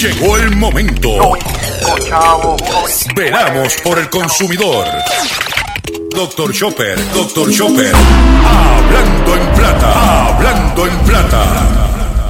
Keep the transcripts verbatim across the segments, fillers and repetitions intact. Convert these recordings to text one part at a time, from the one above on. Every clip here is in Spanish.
Llegó el momento. Velamos por el consumidor. Doctor Chopper, Doctor Chopper. Hablando en plata, hablando en plata.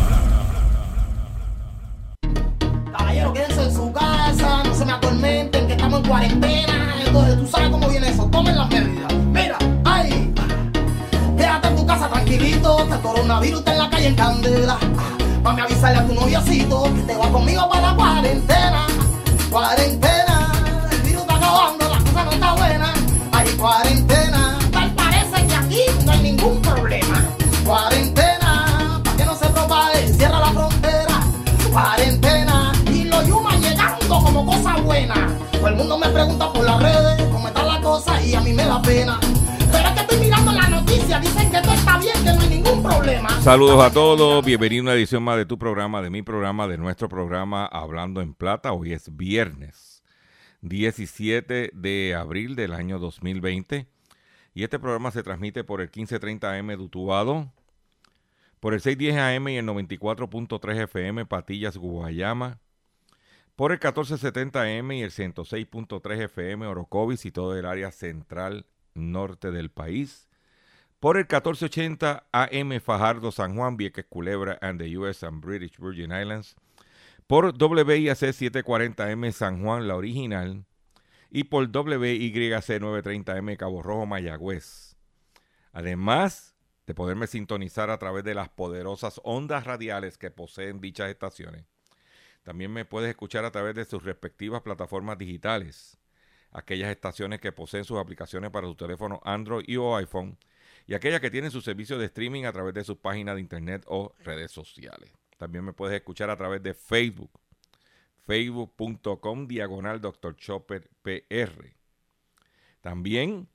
Caballero, quédense en su casa, no se me atormenten, que estamos en cuarentena. Entonces tú sabes cómo viene eso, tomen las medidas. Mira, ay, quédate en tu casa tranquilito, este coronavirus está en la calle en candela. Mami, avísale a tu noviocito que te va conmigo para la cuarentena. Cuarentena, el virus está acabando, la cosa no está buena. Hay cuarentena, tal parece que aquí no hay ningún problema. Cuarentena, para que no se propague, cierra la frontera. Cuarentena, y los yumas llegando como cosa buena. Todo el mundo me pregunta por las redes cómo está la cosa y a mí me da pena. Pero es que estoy mirando la noticia, dicen que todo está bien, que no hay ningún problema. Saludos a todos, bienvenido a una edición más de tu programa, de mi programa, de nuestro programa Hablando en Plata. Hoy es viernes diecisiete de abril del año dos mil veinte y este programa se transmite por el quince treinta A M de Utuado, por el seiscientos diez A M y el noventa y cuatro punto tres F M Patillas, Guayama, por el catorce setenta A M y el ciento seis punto tres F M Orocovis y todo el área central norte del país, por el catorce ochenta A M Fajardo, San Juan, Vieques, Culebra and the U S and British Virgin Islands, por W I A C setecientos cuarenta M San Juan, la original, y por W Y C novecientos treinta M Cabo Rojo, Mayagüez. Además de poderme sintonizar a través de las poderosas ondas radiales que poseen dichas estaciones, también me puedes escuchar a través de sus respectivas plataformas digitales, aquellas estaciones que poseen sus aplicaciones para su teléfono Android y o iPhone, y aquellas que tienen su servicio de streaming a través de sus páginas de internet o redes sociales. También me puedes escuchar a través de Facebook, facebook punto com diagonal doctor Chopper P R. También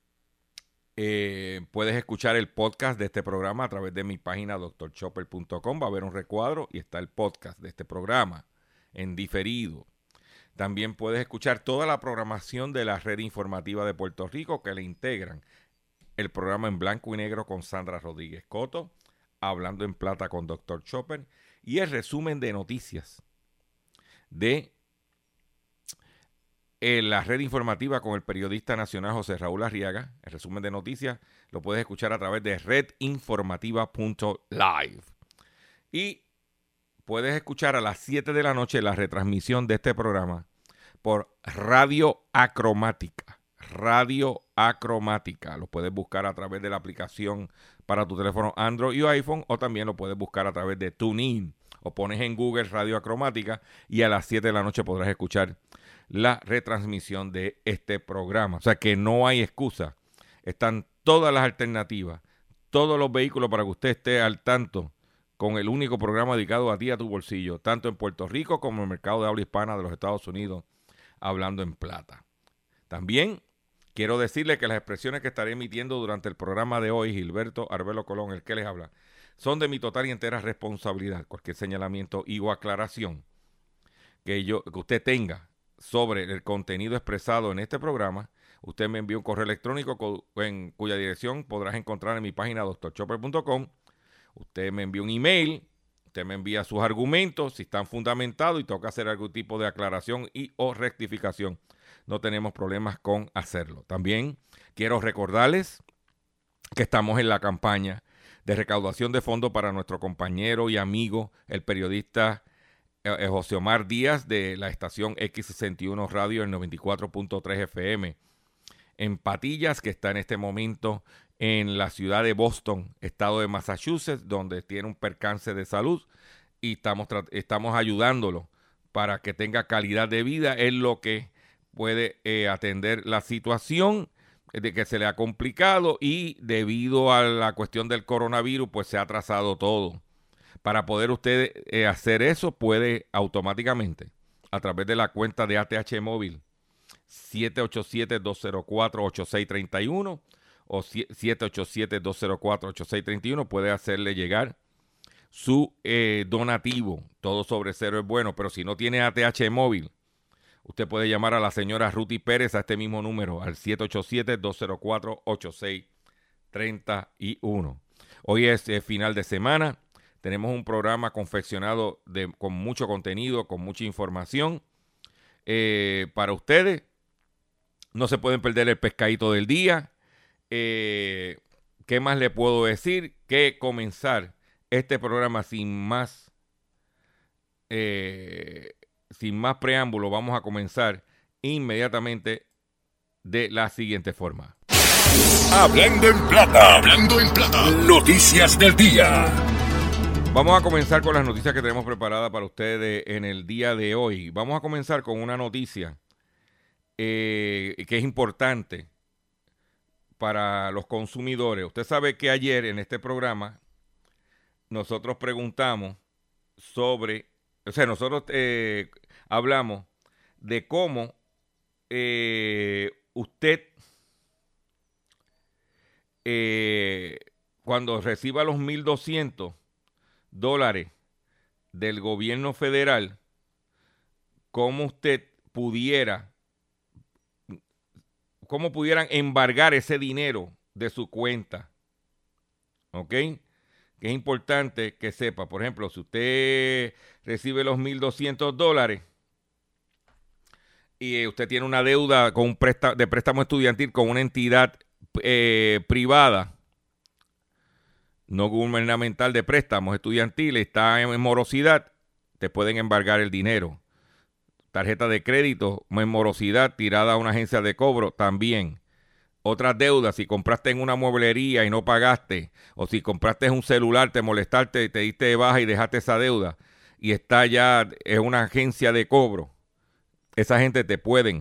eh, puedes escuchar el podcast de este programa a través de mi página doctor chopper punto com. Va a haber un recuadro y está el podcast de este programa en diferido. También puedes escuchar toda la programación de la red informativa de Puerto Rico que le integran el programa En Blanco y Negro con Sandra Rodríguez Coto, Hablando en Plata con doctor Chopper y el resumen de noticias de eh, la red informativa con el periodista nacional José Raúl Arriaga. El resumen de noticias lo puedes escuchar a través de red informativa punto live. Y puedes escuchar a las siete de la noche la retransmisión de este programa por Radio Acromática. Radio Acromática. Lo puedes buscar a través de la aplicación para tu teléfono Android y iPhone, o también lo puedes buscar a través de TuneIn. O pones en Google Radio Acromática y a las siete de la noche podrás escuchar la retransmisión de este programa. O sea que no hay excusa. Están todas las alternativas, todos los vehículos para que usted esté al tanto con el único programa dedicado a ti, a tu bolsillo, tanto en Puerto Rico como en el mercado de habla hispana de los Estados Unidos, Hablando en Plata. También quiero decirle que las expresiones que estaré emitiendo durante el programa de hoy, Gilberto Arbelo Colón, el que les habla, son de mi total y entera responsabilidad. Cualquier señalamiento y o aclaración que, yo, que usted tenga sobre el contenido expresado en este programa, usted me envía un correo electrónico co- en cuya dirección podrás encontrar en mi página doctor chopper punto com. Usted me envía un email, usted me envía sus argumentos, si están fundamentados y toca hacer algún tipo de aclaración y o rectificación. No tenemos problemas con hacerlo. También quiero recordarles que estamos en la campaña de recaudación de fondos para nuestro compañero y amigo, el periodista eh, José Omar Díaz, de la estación X sesenta y uno Radio, el noventa y cuatro punto tres F M, en Patillas, que está en este momento en la ciudad de Boston, estado de Massachusetts, donde tiene un percance de salud y estamos, estamos ayudándolo para que tenga calidad de vida. Es lo que puede eh, atender la situación de que se le ha complicado y debido a la cuestión del coronavirus, pues se ha atrasado todo. Para poder usted eh, hacer eso, puede automáticamente, a través de la cuenta de A T H Móvil, siete ocho siete, dos cero cuatro, ocho seis tres uno o siete ocho siete, dos cero cuatro, ocho seis tres uno, puede hacerle llegar su eh, donativo. Todo sobre cero es bueno, pero si no tiene A T H Móvil, usted puede llamar a la señora Ruti Pérez a este mismo número, al siete ocho siete, dos cero cuatro, ocho seis tres uno. Hoy es eh, final de semana. Tenemos un programa confeccionado de, con mucho contenido, con mucha información eh, para ustedes. No se pueden perder el pescadito del día. Eh, ¿Qué más le puedo decir? Que comenzar este programa sin más, eh, sin más preámbulo, vamos a comenzar inmediatamente de la siguiente forma. Hablando en plata, hablando en plata, noticias del día. Vamos a comenzar con las noticias que tenemos preparadas para ustedes en el día de hoy. Vamos a comenzar con una noticia eh, que es importante para los consumidores. Usted sabe que ayer en este programa nosotros preguntamos sobre, o sea, nosotros eh, hablamos de cómo eh, usted eh, cuando reciba los mil doscientos dólares del gobierno federal, cómo usted pudiera, cómo pudieran embargar ese dinero de su cuenta. ¿Ok? Que es importante que sepa. Por ejemplo, si usted recibe los mil doscientos dólares y usted tiene una deuda con un préstamo, de préstamo estudiantil con una entidad eh, privada, no gubernamental, de préstamos estudiantiles, está en morosidad, te pueden embargar el dinero. Tarjeta de crédito en morosidad tirada a una agencia de cobro también. Otras deudas, si compraste en una mueblería y no pagaste, o si compraste un celular, te molestaste, te diste de baja y dejaste esa deuda y está ya en una agencia de cobro, esa gente te pueden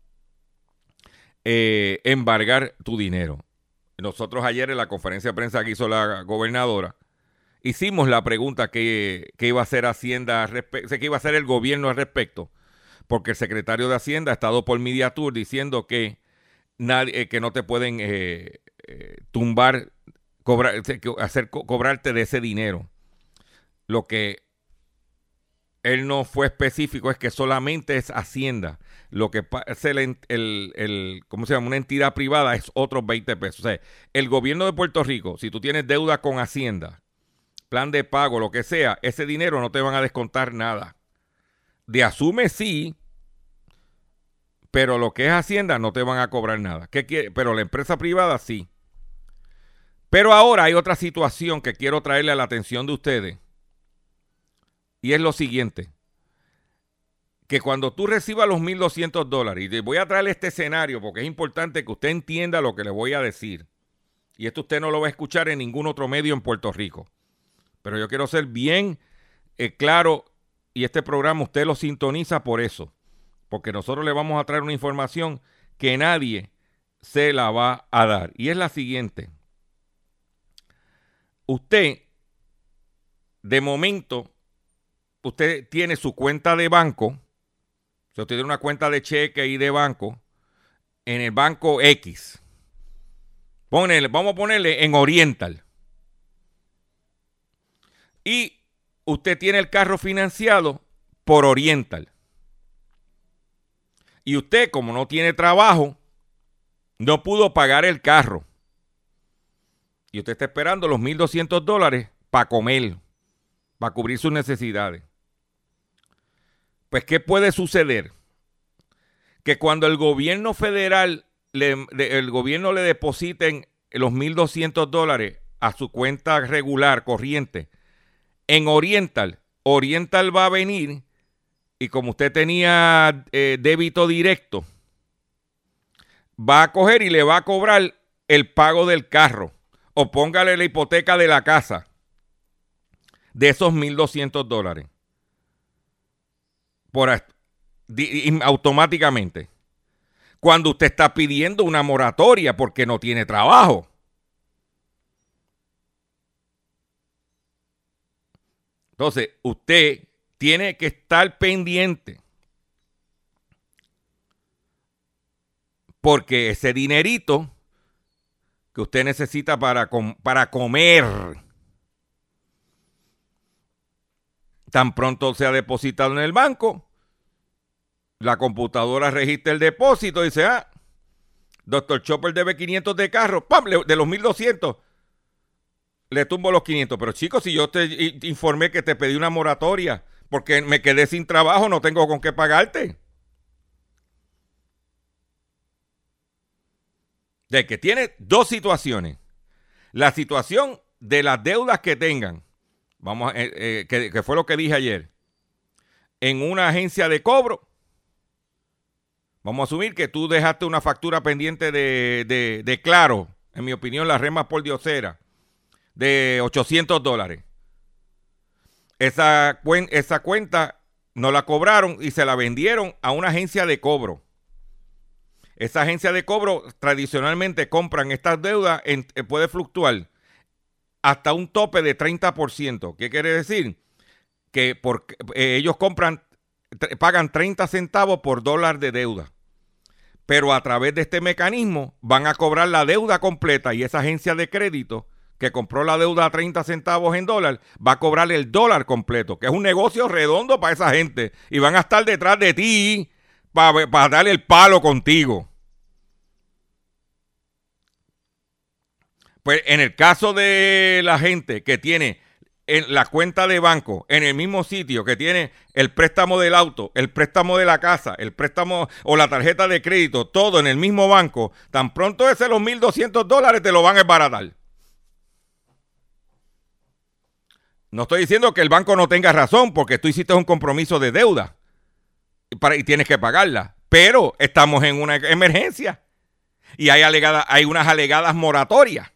eh, embargar tu dinero. Nosotros ayer en la conferencia de prensa que hizo la gobernadora, hicimos la pregunta que, que iba a hacer Hacienda, que iba a hacer el gobierno al respecto, porque el secretario de Hacienda ha estado por Media Tour diciendo que, nadie, eh, que no te pueden eh, eh, tumbar, cobrar, hacer co- cobrarte de ese dinero. Lo que él no fue específico es que solamente es Hacienda. Lo que es el, el, el, ¿cómo se llama? Una entidad privada es otros veinte pesos. O sea, el gobierno de Puerto Rico, si tú tienes deuda con Hacienda, plan de pago, lo que sea, ese dinero no te van a descontar nada. De asume sí, pero lo que es Hacienda no te van a cobrar nada. ¿Qué quiere? Pero la empresa privada sí. Pero ahora hay otra situación que quiero traerle a la atención de ustedes. Y es lo siguiente. Que cuando tú recibas los mil doscientos dólares, y te voy a traer este escenario porque es importante que usted entienda lo que le voy a decir. Y esto usted no lo va a escuchar en ningún otro medio en Puerto Rico. Pero yo quiero ser bien eh, claro, y este programa usted lo sintoniza por eso. Porque nosotros le vamos a traer una información que nadie se la va a dar. Y es la siguiente. Usted, de momento, usted tiene su cuenta de banco. Si usted tiene una cuenta de cheque y de banco, en el banco X. Ponele, vamos a ponerle en Oriental. Y usted tiene el carro financiado por Oriental. Y usted, como no tiene trabajo, no pudo pagar el carro. Y usted está esperando los mil doscientos dólares para comer, para cubrir sus necesidades. Pues, ¿qué puede suceder? Que cuando el gobierno federal, le, el gobierno le depositen los mil doscientos dólares a su cuenta regular, corriente, en Oriental, Oriental va a venir y como usted tenía eh, débito directo, va a coger y le va a cobrar el pago del carro o póngale la hipoteca de la casa de esos mil doscientos dólares. Por automáticamente. Cuando usted está pidiendo una moratoria porque no tiene trabajo. Entonces, usted tiene que estar pendiente. Porque ese dinerito que usted necesita para, com- para comer, tan pronto sea depositado en el banco, la computadora registra el depósito y dice, ah, doctor Chopper debe quinientos de carro, ¡pam! De los mil doscientos. le tumbo los quinientos. Pero chicos, si yo te informé que te pedí una moratoria porque me quedé sin trabajo, no tengo con qué pagarte. De que tiene dos situaciones. La situación de las deudas que tengan, vamos, eh, eh, que, que fue lo que dije ayer, en una agencia de cobro. Vamos a asumir que tú dejaste una factura pendiente de, de, de Claro, en mi opinión, la red más por diosera, de ochocientos dólares. Esa, esa cuenta no la cobraron y se la vendieron a una agencia de cobro. Esa agencia de cobro tradicionalmente compran estas deudas, en, puede fluctuar hasta un tope de treinta por ciento. ¿Qué quiere decir? Que por, eh, ellos compran, pagan treinta centavos por dólar de deuda. Pero a través de este mecanismo van a cobrar la deuda completa y esa agencia de crédito que compró la deuda a treinta centavos en dólar va a cobrar el dólar completo, que es un negocio redondo para esa gente. Y van a estar detrás de ti para, para darle el palo contigo. Pues en el caso de la gente que tiene en la cuenta de banco en el mismo sitio, que tiene el préstamo del auto, el préstamo de la casa, el préstamo o la tarjeta de crédito, todo en el mismo banco, tan pronto ese los mil doscientos dólares te lo van a desbaratar. No estoy diciendo que el banco no tenga razón, porque tú hiciste un compromiso de deuda y, para, y tienes que pagarla, pero estamos en una emergencia y hay, alegada, hay unas alegadas moratorias.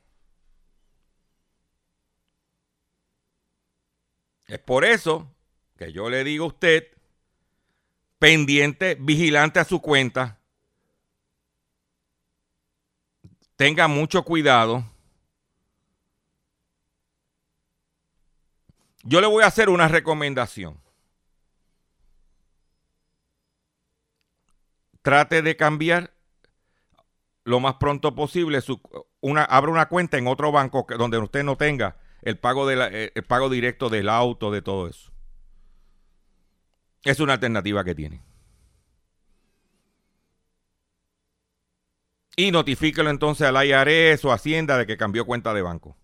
Es por eso que yo le digo a usted, pendiente, vigilante a su cuenta, tenga mucho cuidado. Yo le voy a hacer una recomendación. Trate de cambiar lo más pronto posible, su, una, abra una cuenta en otro banco que, donde usted no tenga el pago, de la, el pago directo del auto, de todo eso. Es una alternativa que tiene. Y notifíquelo entonces al I R S o Hacienda de que cambió cuenta de banco.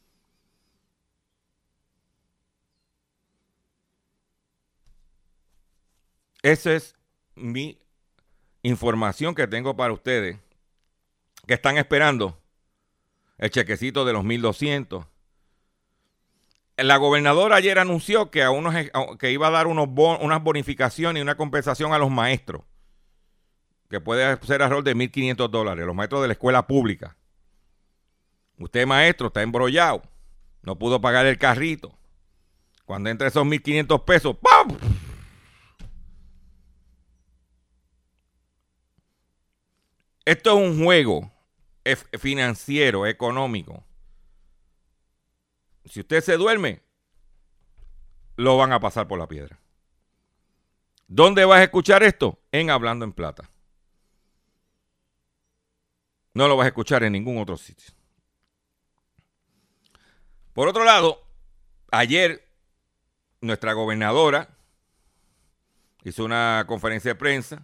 Esa es mi información que tengo para ustedes que están esperando el chequecito de los mil doscientos. La gobernadora ayer anunció que, a unos, que iba a dar unos bon, unas bonificaciones y una compensación a los maestros, que puede ser alrededor de mil quinientos dólares, los maestros de la escuela pública. Usted, maestro, está embrollado, no pudo pagar el carrito. Cuando entre esos mil quinientos pesos, ¡pam! Esto es un juego financiero, económico. Si usted se duerme, lo van a pasar por la piedra. ¿Dónde vas a escuchar esto? En Hablando en Plata. No lo vas a escuchar en ningún otro sitio. Por otro lado, ayer nuestra gobernadora hizo una conferencia de prensa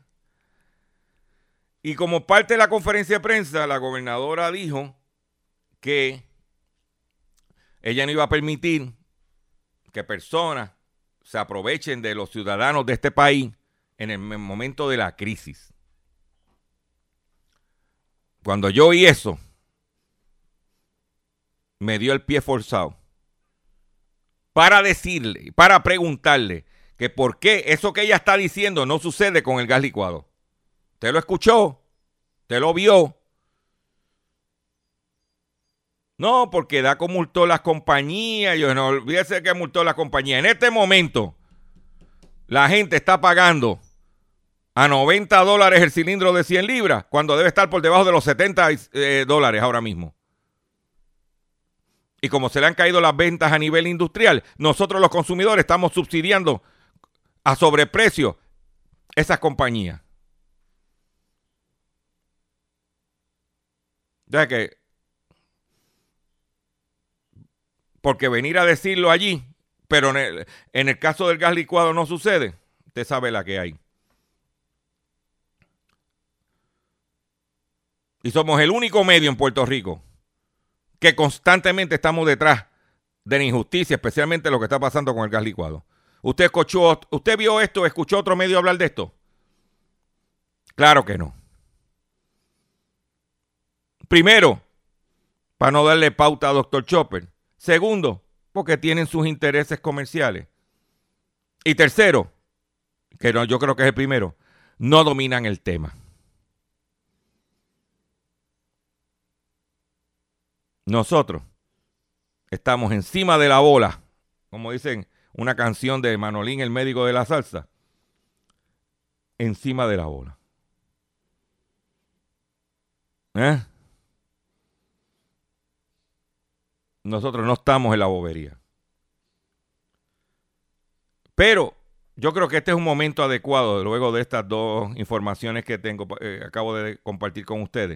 y como parte de la conferencia de prensa, la gobernadora dijo que ella no iba a permitir que personas se aprovechen de los ciudadanos de este país en el momento de la crisis. Cuando yo oí eso, me dio el pie forzado para decirle, para preguntarle que por qué eso que ella está diciendo no sucede con el gas licuado. ¿Usted lo escuchó? ¿Usted lo vio? No, porque DACO multó las compañías. Yo no olvídese que multó las compañías. En este momento, la gente está pagando a noventa dólares el cilindro de cien libras, cuando debe estar por debajo de los setenta eh, dólares ahora mismo. Y como se le han caído las ventas a nivel industrial, nosotros los consumidores estamos subsidiando a sobreprecio esas compañías. Ya que, porque venir a decirlo allí, pero en el, en el caso del gas licuado no sucede, usted sabe la que hay. Y somos el único medio en Puerto Rico que constantemente estamos detrás de la injusticia, especialmente lo que está pasando con el gas licuado. ¿Usted escuchó, usted vio esto, escuchó otro medio hablar de esto? Claro que no. Primero, para no darle pauta a doctor Chopper. Segundo, porque tienen sus intereses comerciales. Y tercero, que no, yo creo que es el primero, no dominan el tema. Nosotros estamos encima de la bola, como dicen una canción de Manolín, el médico de la salsa. Encima de la bola. ¿Eh? Nosotros no estamos en la bobería. Pero yo creo que este es un momento adecuado, luego de estas dos informaciones que tengo, eh, acabo de compartir con ustedes,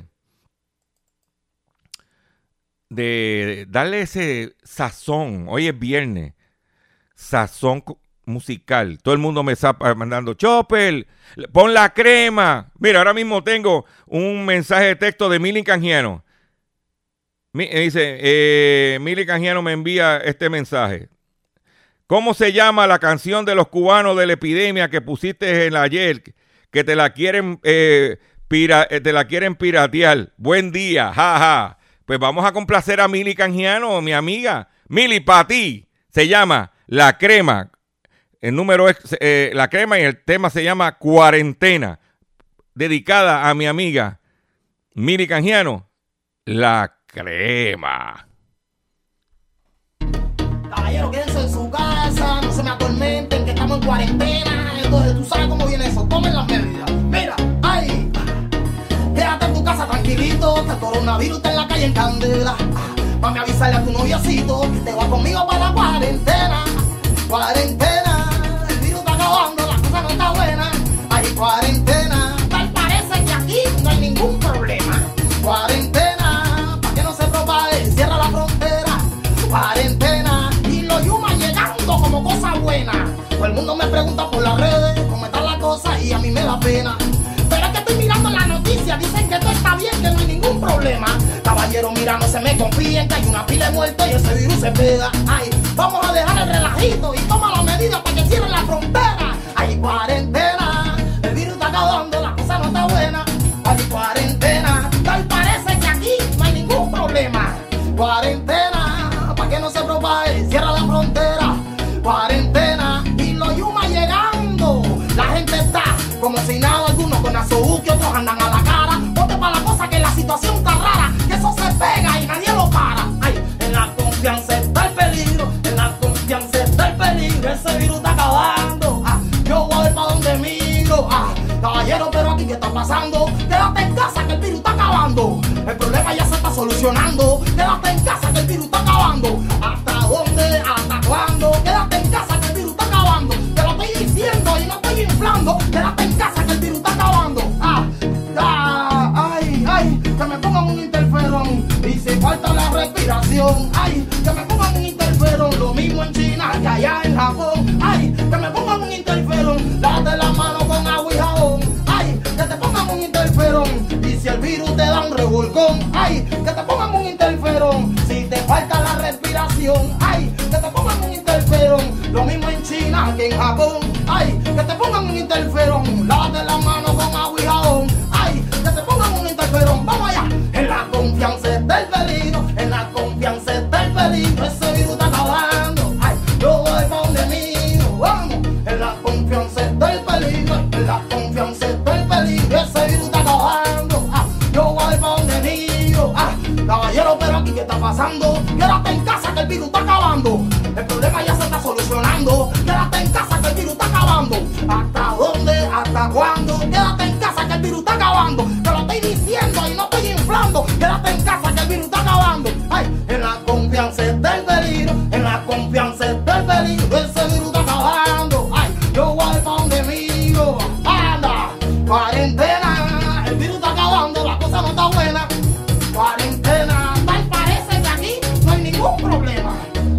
de darle ese sazón. Hoy es viernes, sazón musical. Todo el mundo me está mandando, Chopper, pon la crema. Mira, ahora mismo tengo un mensaje de texto de Mili Canjiano. Mi, dice, eh, Mili Canjiano me envía este mensaje. ¿Cómo se llama la canción de los cubanos de la epidemia que pusiste en la ayer? Que te la quieren, eh, pira, te la quieren piratear. Buen día, jaja. Ja. Pues vamos a complacer a Mili Canjiano, mi amiga. Mili, para ti, se llama La Crema. El número es eh, La Crema y el tema se llama Cuarentena. Dedicada a mi amiga Mili Canjiano, La Crema. Caballero, quédense en su casa, no se me atormenten, que estamos en cuarentena. Entonces tú sabes cómo viene eso, tomen las medidas. Mira, ay, quédate en tu casa tranquilito, que el coronavirus está en la calle en candela. Mami, avisarle a tu noviocito que te va conmigo para la cuarentena. Cuarentena, el virus está acabando, la cosa no está buena. Ay, cuarentena, tal parece que aquí no hay ningún problema. Cuarentena, para que no se propague, cierra la frontera. Cuarentena, y los yumas llegando como cosa buena. Todo el mundo me pregunta por las redes cómo está la cosa y a mí me da pena. Pero es que estoy mirando la noticia, dicen que todo está bien, que no hay ningún problema. Caballero, mira, no se me confíen, que hay una pila de muertos y ese virus se pega. Ay, vamos a dejar el relajito y toma las medidas para que cierren la frontera. Ay, cuarentena, el virus está acabando, la cosa no está buena. Ay, cuarentena, tal parece que aquí no hay ningún problema. Cuarentena, para que no se propague, cierra la frontera. Cuarentena, y los yumas llegando. La gente está como si nada, algunos con azuki, otros andan a la cara. Ponte para la cosa que la situación está rara, que eso se pega y nadie lo para. Ay, en la confianza está el peligro, en la confianza está el peligro. Ese virus está acabando. Ah, yo voy a ver para dónde miro. Ah, caballero, pero aquí ¿qué está pasando? Quédate en casa que el virus está acabando. El problema ya se está solucionando. Quédate en casa que el virus está acabando. ¿Hasta dónde? ¿Hasta cuándo? Quédate en casa que el virus está acabando. Te lo estoy diciendo y no estoy inflando. Quédate en casa que el virus está acabando. Ah, ah, ay, ay, que me pongan un interferón y se falta la respiración. Ay, que me pongan un interferón, lo mismo en China que allá en Japón. Ay, que me pongan un interferón, date la mano con agua y jabón. Ay, que te pongan un interferón y si el virus te da un revolcón. Ay, que te pongan un interferón si te falta la respiración. Ay, que te pongan un interferón, lo mismo en China que en Japón. Ay, que te pongan un interferón, lávate la mano con agua y jabón. Ay, que te pongan un interferón, vamos allá. En la confianza está el peligro, en la confianza está el peligro. Ese virus está acabando. Ay, yo voy para donde miro, vamos. En la confianza está el peligro, en la confianza está el peligro. Ese virus está acabando. Ah, yo voy para donde miro. Ah, caballero, pero aquí ¿qué está pasando? Quédate en casa que el virus está acabando. El problema ya se está solucionando. Quédate en casa que el virus está acabando. ¿Hasta dónde? ¿Hasta cuándo? Quédate en casa que el virus está acabando. Te lo estoy diciendo y no estoy inflando. Quédate en casa que el virus está acabando. Ay, en la confianza está el peligro, en la confianza está el peligro. Ese virus está acabando. Ay, yo voy para donde miro. Anda, cuarentena, el virus está acabando, la cosa no está buena. Cuarentena, tal parece que aquí no hay ningún problema.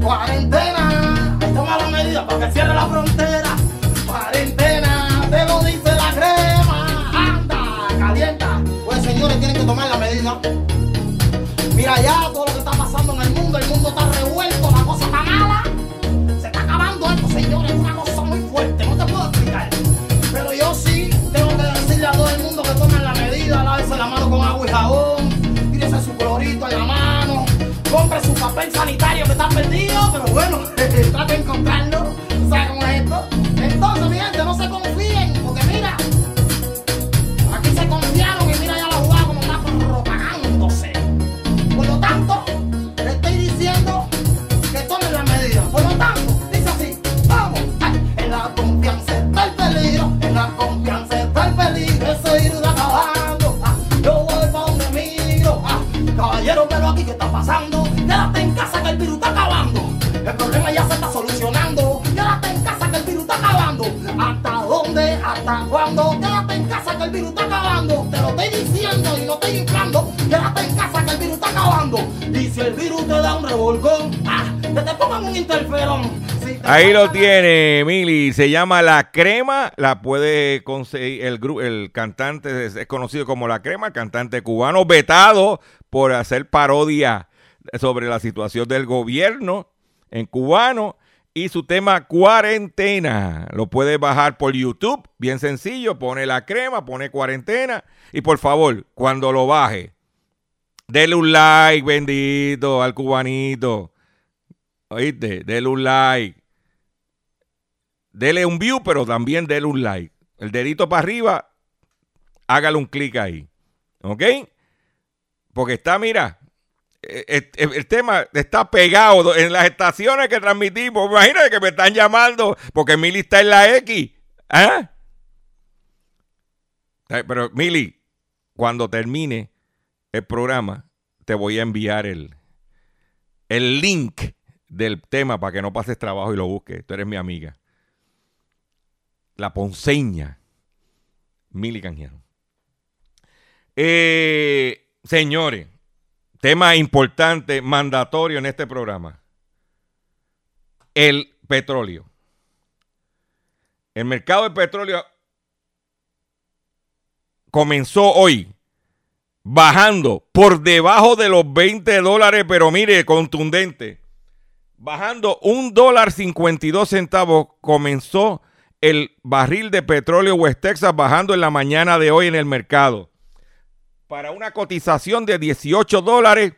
Cuarentena, ahí toma la medida para que cierre la frontera. Cuarentena, te lo dice la crema. Anda, calienta. Pues señores, tienen que tomar la medida. Mira ya todo lo que está pasando en el mundo, el mundo mundo está revuelto, la cosa está mala. Se está acabando esto, señores, es una cosa muy fuerte, no te puedo explicar. Pero yo sí tengo que decirle a todo el mundo que tomen la medida, lávese la mano con agua y jabón, tírese su clorito en la mano, compre su papel sanitario que está perdido, pero bueno, trate de encontrarlo. ¿Sabes cómo es esto? Entonces, mi gente, no se confíen, porque mira, aquí se confiaron y mira ya la jugada como está propagándose. Por lo tanto, le estoy diciendo que tomen las medidas. Por lo tanto, dice así, vamos, ay, en la confianza está el peligro, en la confianza está el peligro, ese virus está acabando, ah, yo voy pa' donde miro, ah, caballero, pero aquí ¿qué está pasando? Quédate en casa que el virus está acabando, el problema ya se está solucionando, quédate en casa que el virus está acabando, ¿hasta dónde? ¿Hasta cuándo? Quédate en casa que el virus está acabando, te lo estoy diciendo y no estoy inflando, quédate en casa que el virus está acabando, y si el virus te da un revolcón, ah, que te pongan un interferón. Si Ahí lo tiene, Mili. Se llama La Crema. La puede conseguir el grupo, el cantante es, es conocido como La Crema, el cantante cubano vetado por hacer parodia sobre la situación del gobierno en cubano y su tema Cuarentena. Lo puede bajar por YouTube, bien sencillo. Pone La Crema, pone Cuarentena y por favor, cuando lo baje, dele un like, bendito, al cubanito. ¿Oíste? Dele un like. Dele un view, pero también dele un like. El dedito para arriba, hágale un clic ahí. ¿Ok? Porque está, mira, el, el, el tema está pegado en las estaciones que transmitimos. Imagínate que me están llamando porque Mili está en la X. ¿Ah? Pero, Mili, cuando termine el programa, te voy a enviar el, el link del tema para que no pases trabajo y lo busques. Tú eres mi amiga. La ponceña Mili Canjiano. Eh, señores, tema importante, mandatorio en este programa. El petróleo. El mercado del petróleo comenzó hoy bajando por debajo de los veinte dólares, pero mire, contundente. Bajando un dólar cincuenta y dos centavos comenzó el barril de petróleo West Texas, bajando en la mañana de hoy en el mercado para una cotización de dieciocho dólares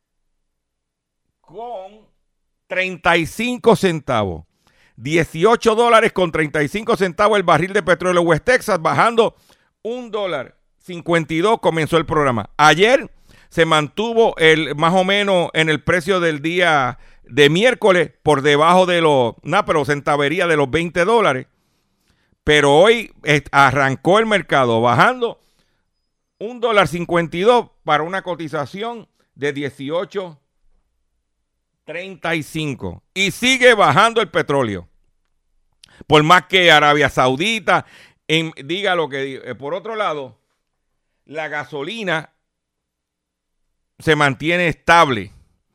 con treinta y cinco centavos. dieciocho dólares con treinta y cinco centavos el barril de petróleo West Texas, bajando un dólar cincuenta y dos. Comenzó el programa. Ayer se mantuvo el más o menos en el precio del día de miércoles por debajo de los, nada, pero centavería de los veinte dólares. Pero hoy arrancó el mercado bajando un dólar cincuenta y dos para una cotización de dieciocho treinta y cinco. Y sigue bajando el petróleo. Por más que Arabia Saudita en, diga lo que diga. Por otro lado, la gasolina se mantiene estable.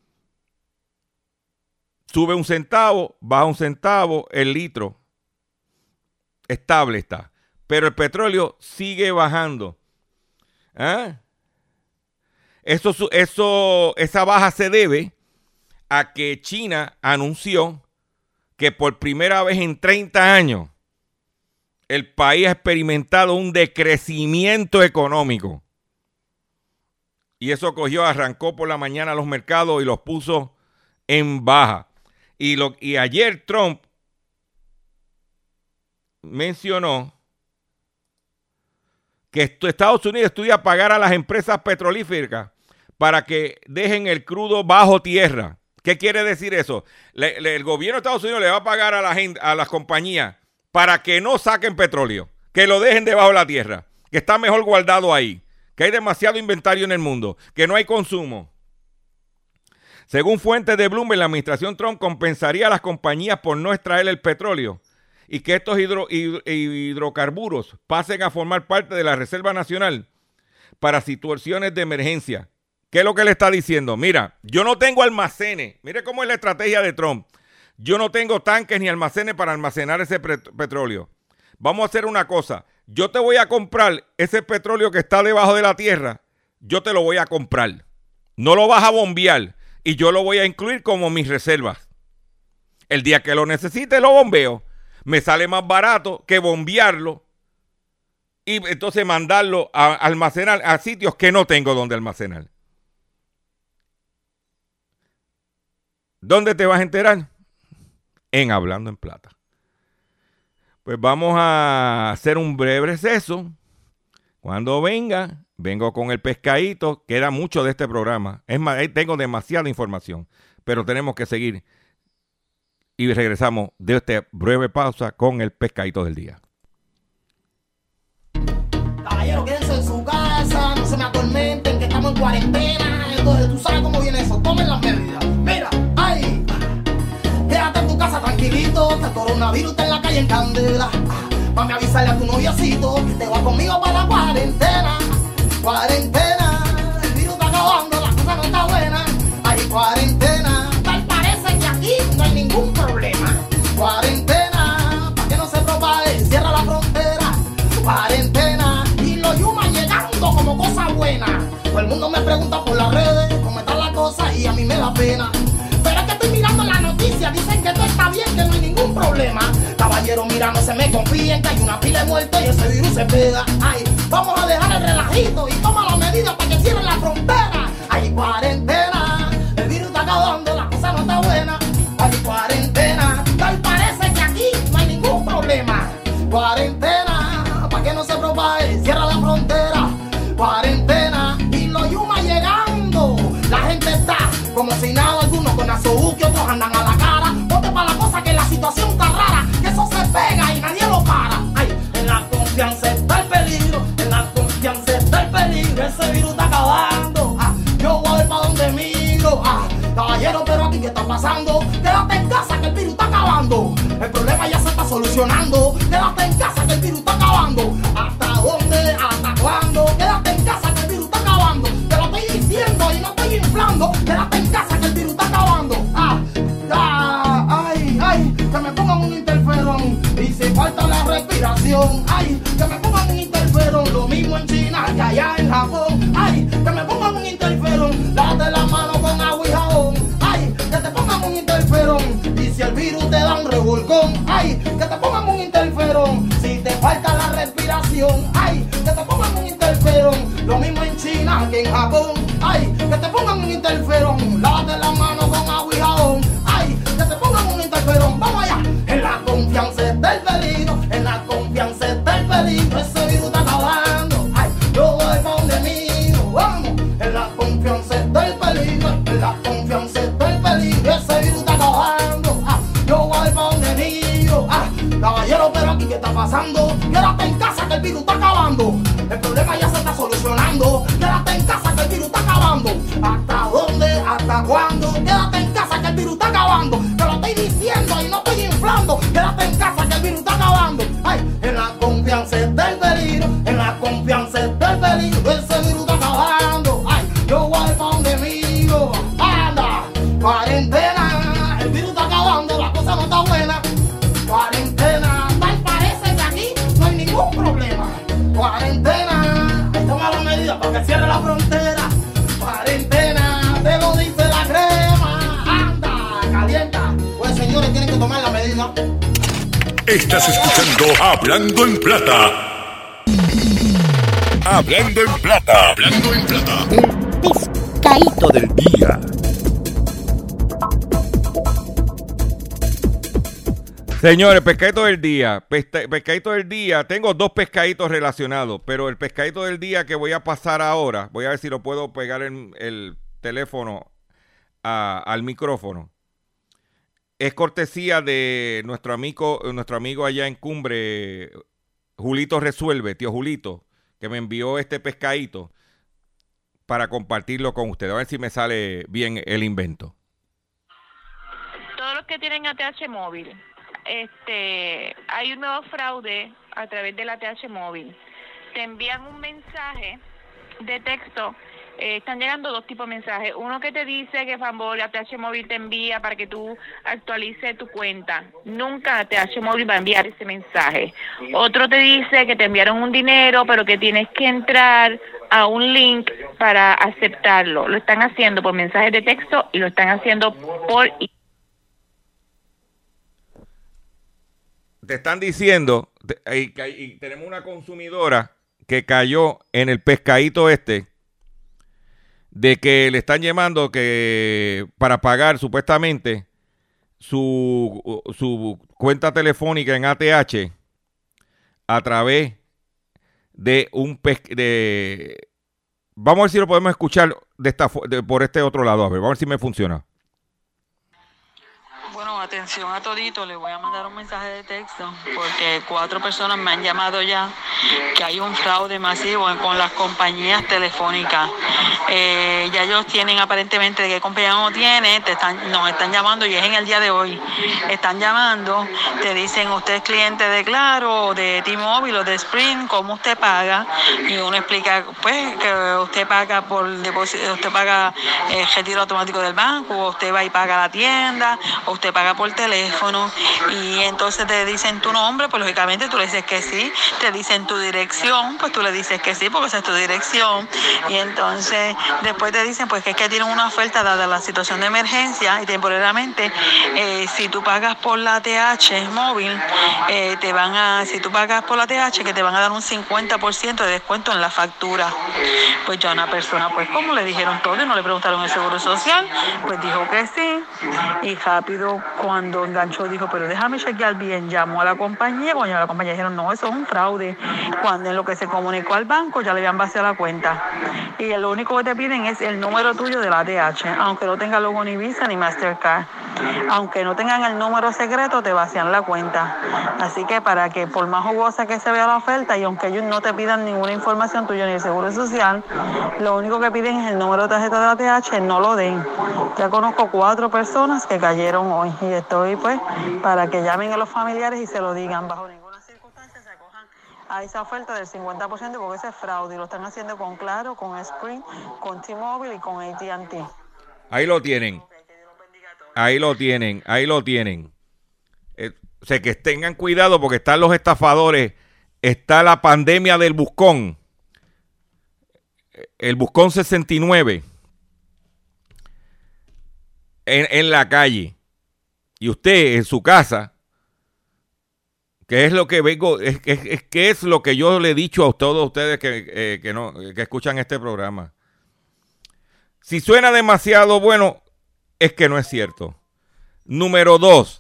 Sube un centavo, baja un centavo el litro. Estable está. Pero el petróleo sigue bajando. ¿Ah? Eso, eso, esa baja se debe a que China anunció que por primera vez en treinta años el país ha experimentado un decrecimiento económico. Y eso cogió, arrancó por la mañana los mercados y los puso en baja. Y, lo, y ayer Trump mencionó que Estados Unidos estudia pagar a las empresas petrolíferas para que dejen el crudo bajo tierra. ¿Qué quiere decir eso? Le, le, el gobierno de Estados Unidos le va a pagar a, la gente, a las compañías para que no saquen petróleo, que lo dejen debajo de la tierra, que está mejor guardado ahí, que hay demasiado inventario en el mundo, que no hay consumo. Según fuentes de Bloomberg, la administración Trump compensaría a las compañías por no extraer el petróleo y que estos hidro, hidro, hidrocarburos pasen a formar parte de la Reserva Nacional para situaciones de emergencia. ¿Qué es lo que le está diciendo? Mira, yo no tengo almacenes. Mire cómo es la estrategia de Trump. Yo no tengo tanques ni almacenes para almacenar ese petróleo. Vamos a hacer una cosa. Yo te voy a comprar ese petróleo que está debajo de la tierra. Yo te lo voy a comprar. No lo vas a bombear. y yo lo voy a incluir como mis reservas. El día que lo necesite lo bombeo. Me sale más barato que bombearlo y entonces mandarlo a almacenar a sitios que no tengo donde almacenar. ¿Dónde te vas a enterar? En Hablando en Plata. Pues vamos a hacer un breve receso. Cuando venga, vengo con el pescadito. Queda mucho de este programa. Es más, tengo demasiada información, pero tenemos que seguir. Y regresamos de esta breve pausa con el pescadito del día. Caballero, quédense en su casa, no se me atormenten, que estamos en cuarentena. Entonces tú sabes cómo viene eso, tomen las medidas. Mira, ay, quédate en tu casa tranquilito, que el coronavirus está en la calle en candela. Mami, avisarle a tu noviocito que te va conmigo para la cuarentena. Cuarentena, el virus está acabando, la cosa no está buena. Ay, cuarentena, tal parece que aquí no hay ningún problema. Cuarentena, para que no se propague, cierra la frontera. Cuarentena, y los yumas llegando como cosa buena. Todo el mundo me pregunta por las redes cómo está la cosa y a mí me da pena. Pero es que estoy mirando en la noticia, dicen que todo está bien, que no hay ningún problema. Caballero, mira, no se me confíen, que hay una pila de muertos y ese virus se pega. Ay, vamos a dejar el relajito y toma las medidas para que cierren la frontera. Ay, cuarentena, el virus está acabando, la cosa no está buena. Ay, cuarentena, tal parece que aquí no hay ningún problema. Cuarentena, para que no se propague, cierra la frontera. Cuarentena, y los yumas llegando. La gente está como si nada, algunos con azobuque, otros andan a la cara. Ponte para la cosa que la situación está rara, que eso se pega y nadie lo para. Ay, en la confianza está el peligro, en la confianza está el peligro. Ese virus está acabando. Ah, yo voy a ver para dónde miro. Ah, caballero, pero aquí qué está pasando. Quédate en casa que el virus está acabando. El problema ya se está solucionando. Quédate en casa que el virus está acabando. ¿Hasta dónde? ¿Hasta cuándo? Quédate en casa que el virus está acabando. Te lo estoy diciendo y no estoy inflando. Quédate en casa que el virus está acabando. Ah, ah, ay, ay, que me pongan un interferón y si falta la respiración. Ay, que me pongan un interferón, lo mismo en China que allá en Japón. Ay, que me pongan un interferón, lávate la mano con agua y jabón. Ay, que te pongan un interferón y si el virus te da un revolcón. Ay, que te pongan un interferón si te falta la respiración. Ay, que te pongan un interferón, lo mismo en China que en Japón. Ay, que te pongan un interferón, lávate la mano con agua y jabón. Ay, que te pongan un interferón, vamos allá. En la confianza está el peligro, en la confianza está el peligro. Ese virus está acabando. Ay, yo voy pa' donde miro, vamos. En la confianza está el peligro, en la confianza está el peligro. Ese virus está acabando. Ah, yo voy pa' donde miro. Ah, caballero, pero aquí qué está pasando. Quédate en casa que el virus está acabando. El problema ya se está solucionando. Quédate en casa que el virus está acabando. ¿Hasta dónde? ¿Hasta cuándo? Quédate en casa que el virus está acabando. Te lo estoy diciendo y no estoy inflando. Quédate en casa que el virus está acabando. Ay, en la confianza está el peligro, en la confianza está el peligro. Ese virus está acabando. Ay, yo voy pa' donde miro. Anda, cuarentena, el virus está acabando, la cosa no está buena. Cuarentena, tal parece que aquí no hay ningún problema. Cuarentena, hay toma las medidas para que cierre la frontera. Cuarentena, te lo dice la crema. Anda, calienta. Pues señores, tienen que tomar la medida. Estás escuchando Hablando en Plata. Hablando en Plata. Hablando en Plata. El pescadito del día. Señores, pescadito del día. Pesta- pescadito del día. Tengo dos pescaditos relacionados, pero el pescadito del día que voy a pasar ahora, voy a ver si lo puedo pegar en el teléfono a- al micrófono. Es cortesía de nuestro amigo, nuestro amigo allá en Cumbre, Julito Resuelve, tío Julito, que me envió este pescadito para compartirlo con ustedes. A ver si me sale bien el invento. Todos los que tienen A T H móvil, este, hay un nuevo fraude a través del A T H móvil. Te envían un mensaje de texto eh, están llegando dos tipos de mensajes. Uno que te dice que Fanbol, A T H Móvil te envía para que tú actualices tu cuenta. Nunca A T H Móvil va a enviar ese mensaje. Otro te dice que te enviaron un dinero, pero que tienes que entrar a un link para aceptarlo. Lo están haciendo por mensajes de texto y lo están haciendo por... Te están diciendo, y, y tenemos una consumidora que cayó en el pescadito este, de que le están llamando que para pagar supuestamente su, su cuenta telefónica en A T H a través de un pesca, de vamos a ver si lo podemos escuchar de esta de, por este otro lado, a ver, vamos a ver si me funciona. Bueno, atención a todito, les voy a mandar un mensaje de texto porque cuatro personas me han llamado ya que hay un fraude masivo con las compañías telefónicas. Eh, ya ellos tienen aparentemente de qué compañía no tiene, te están, nos están llamando y es en el día de hoy. Están llamando, te dicen usted es cliente de Claro o de T-Mobile o de Sprint, ¿cómo usted paga? Y uno explica pues que usted paga por depósito, usted paga el retiro automático del banco, o usted va y paga a la tienda, o usted paga por teléfono, y entonces te dicen tu nombre, pues lógicamente tú le dices que sí, te dicen tu dirección, pues tú le dices que sí, porque esa es tu dirección, y entonces después te dicen pues que es que tienen una oferta dada la situación de emergencia y temporalmente, eh, si tú pagas por la A T H móvil, eh, te van a, si tú pagas por la A T H, que te van a dar un cincuenta por ciento de descuento en la factura. Pues ya una persona, pues como le dijeron todo y no le preguntaron el seguro social, pues dijo que sí, y rápido cuando enganchó dijo, pero déjame chequear bien, llamó a la compañía, cuando llamó a la compañía dijeron, no, eso es un fraude, cuando en lo que se comunicó al banco ya le habían vaciado la cuenta, y lo único que te piden es el número tuyo de la A T H, aunque no tenga logo ni Visa ni Mastercard, aunque no tengan el número secreto te vacían la cuenta, así que para que por más jugosa que se vea la oferta, y aunque ellos no te pidan ninguna información tuya ni el seguro social, lo único que piden es el número de tarjeta de la A T H, no lo den. Ya conozco cuatro personas que cayeron hoy y estoy pues para que llamen a los familiares y se lo digan. Bajo ninguna circunstancia se acojan a esa oferta del cincuenta por ciento porque ese es fraude y lo están haciendo con Claro, con Sprint, con T-Mobile y con A T and T. Ahí lo tienen. Ahí lo tienen, ahí lo tienen. Eh, o sea, que tengan cuidado porque están los estafadores, está la pandemia del buscón, el buscón sesenta y nueve en, en la calle. Y usted en su casa, que es lo que vengo, es, es, es que es lo que yo le he dicho a todos ustedes que, eh, que, no, que escuchan este programa. Si suena demasiado bueno, es que no es cierto. Número dos,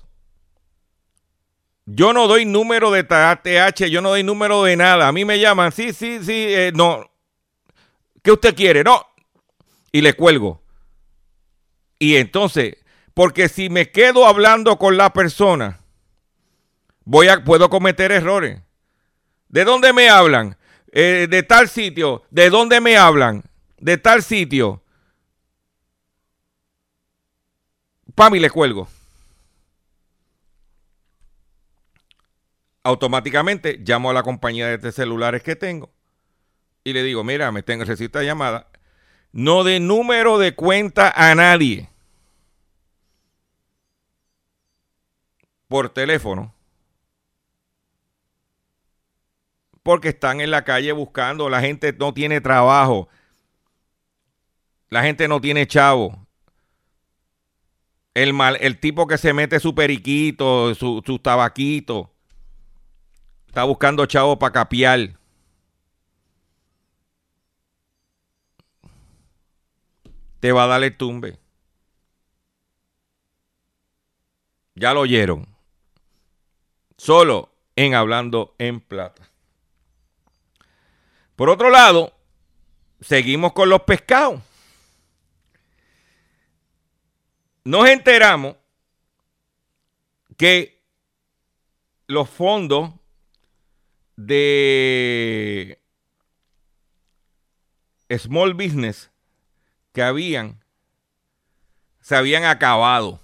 yo no doy número de A T H, yo no doy número de nada. A mí me llaman, sí, sí, sí, eh, no. ¿Qué usted quiere? No. Y le cuelgo. Y entonces, porque si me quedo hablando con la persona, voy a, puedo cometer errores. ¿De dónde me hablan? Eh, de tal sitio. ¿De dónde me hablan? De tal sitio. Pam, y le cuelgo. Automáticamente llamo a la compañía de celulares que tengo y le digo, mira, me tengo necesita llamada. No de número de cuenta a nadie por teléfono, porque están en la calle buscando, la gente no tiene trabajo, la gente no tiene chavo. El mal, el tipo que se mete su periquito, su, su tabaquito, está buscando chavo para capiar. Te va a dar el tumbe. Ya lo oyeron. Solo en Hablando en Plata. Por otro lado, seguimos con los pescados. Nos enteramos que los fondos de Small Business que habían, se habían acabado.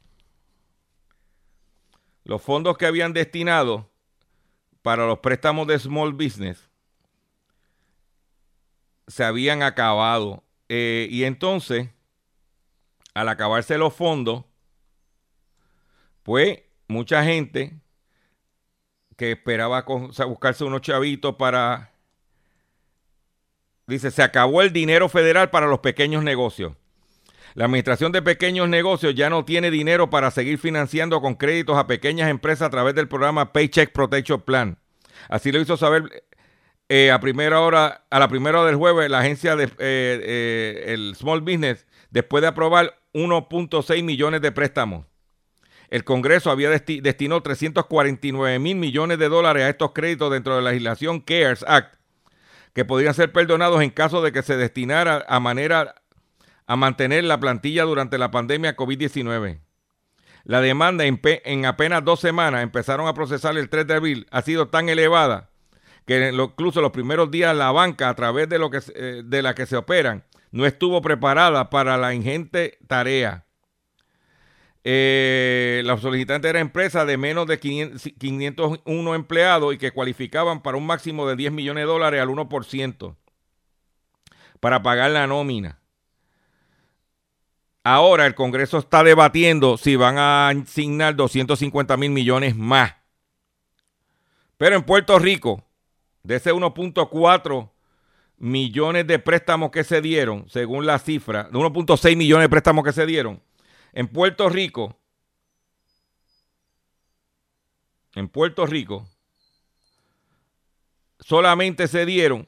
Los fondos que habían destinado para los préstamos de Small Business se habían acabado eh, y entonces, al acabarse los fondos, pues mucha gente que esperaba con, o sea, buscarse unos chavitos para... Dice, se acabó el dinero federal para los pequeños negocios. La Administración de Pequeños Negocios ya no tiene dinero para seguir financiando con créditos a pequeñas empresas a través del programa Paycheck Protection Plan. Así lo hizo saber eh, a primera hora, a la primera hora del jueves la agencia de eh, eh, el Small Business, después de aprobar uno punto seis millones de préstamos. El Congreso había desti- destinó trescientos cuarenta y nueve mil millones de dólares a estos créditos dentro de la legislación CARES Act, que podrían ser perdonados en caso de que se destinara a manera a mantener la plantilla durante la pandemia COVID diecinueve. La demanda en, pe- en apenas dos semanas empezaron a procesar el tres de abril, ha sido tan elevada que lo, incluso los primeros días la banca, a través de, lo que, eh, de la que se operan, no estuvo preparada para la ingente tarea. Eh, la solicitante era empresa de menos de quinientos uno empleados y que cualificaban para un máximo de diez millones de dólares al uno por ciento para pagar la nómina. Ahora el Congreso está debatiendo si van a asignar doscientos cincuenta mil millones más. Pero en Puerto Rico, de ese uno punto cuatro millones de préstamos que se dieron, según la cifra, de uno punto seis millones de préstamos que se dieron, en Puerto Rico, en Puerto Rico, solamente se dieron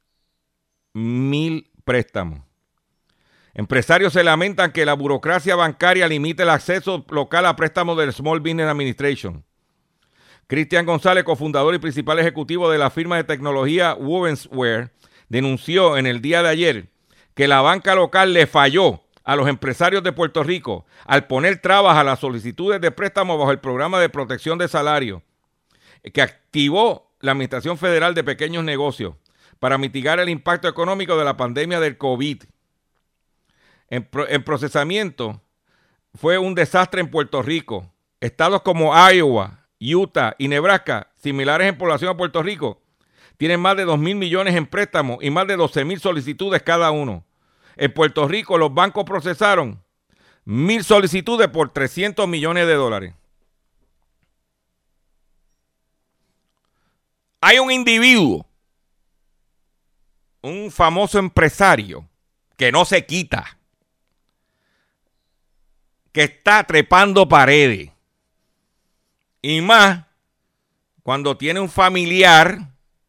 mil préstamos. Empresarios se lamentan que la burocracia bancaria limite el acceso local a préstamos del Small Business Administration. Cristian González, cofundador y principal ejecutivo de la firma de tecnología Wovensware, denunció en el día de ayer que la banca local le falló a los empresarios de Puerto Rico al poner trabas a las solicitudes de préstamo bajo el programa de protección de salario que activó la Administración Federal de Pequeños Negocios para mitigar el impacto económico de la pandemia del COVID. En, pro, en procesamiento fue un desastre en Puerto Rico. Estados como Iowa, Utah y Nebraska, similares en población a Puerto Rico, tienen más de dos mil millones en préstamos y más de doce mil solicitudes cada uno. En Puerto Rico los bancos procesaron mil solicitudes por trescientos millones de dólares. Hay un individuo, un famoso empresario que no se quita, que está trepando paredes. Y más cuando tiene un familiar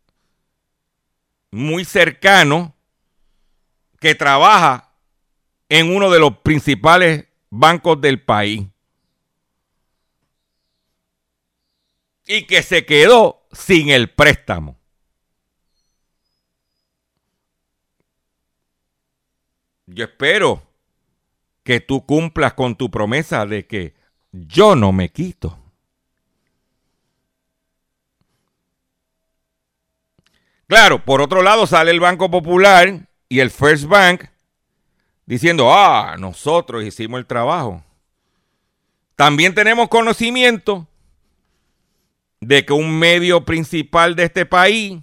muy cercano que trabaja en uno de los principales bancos del país y que se quedó sin el préstamo. Yo espero que tú cumplas con tu promesa de que yo no me quito. Claro, por otro lado sale el Banco Popular y el First Bank diciendo, ah, nosotros hicimos el trabajo. También tenemos conocimiento de que un medio principal de este país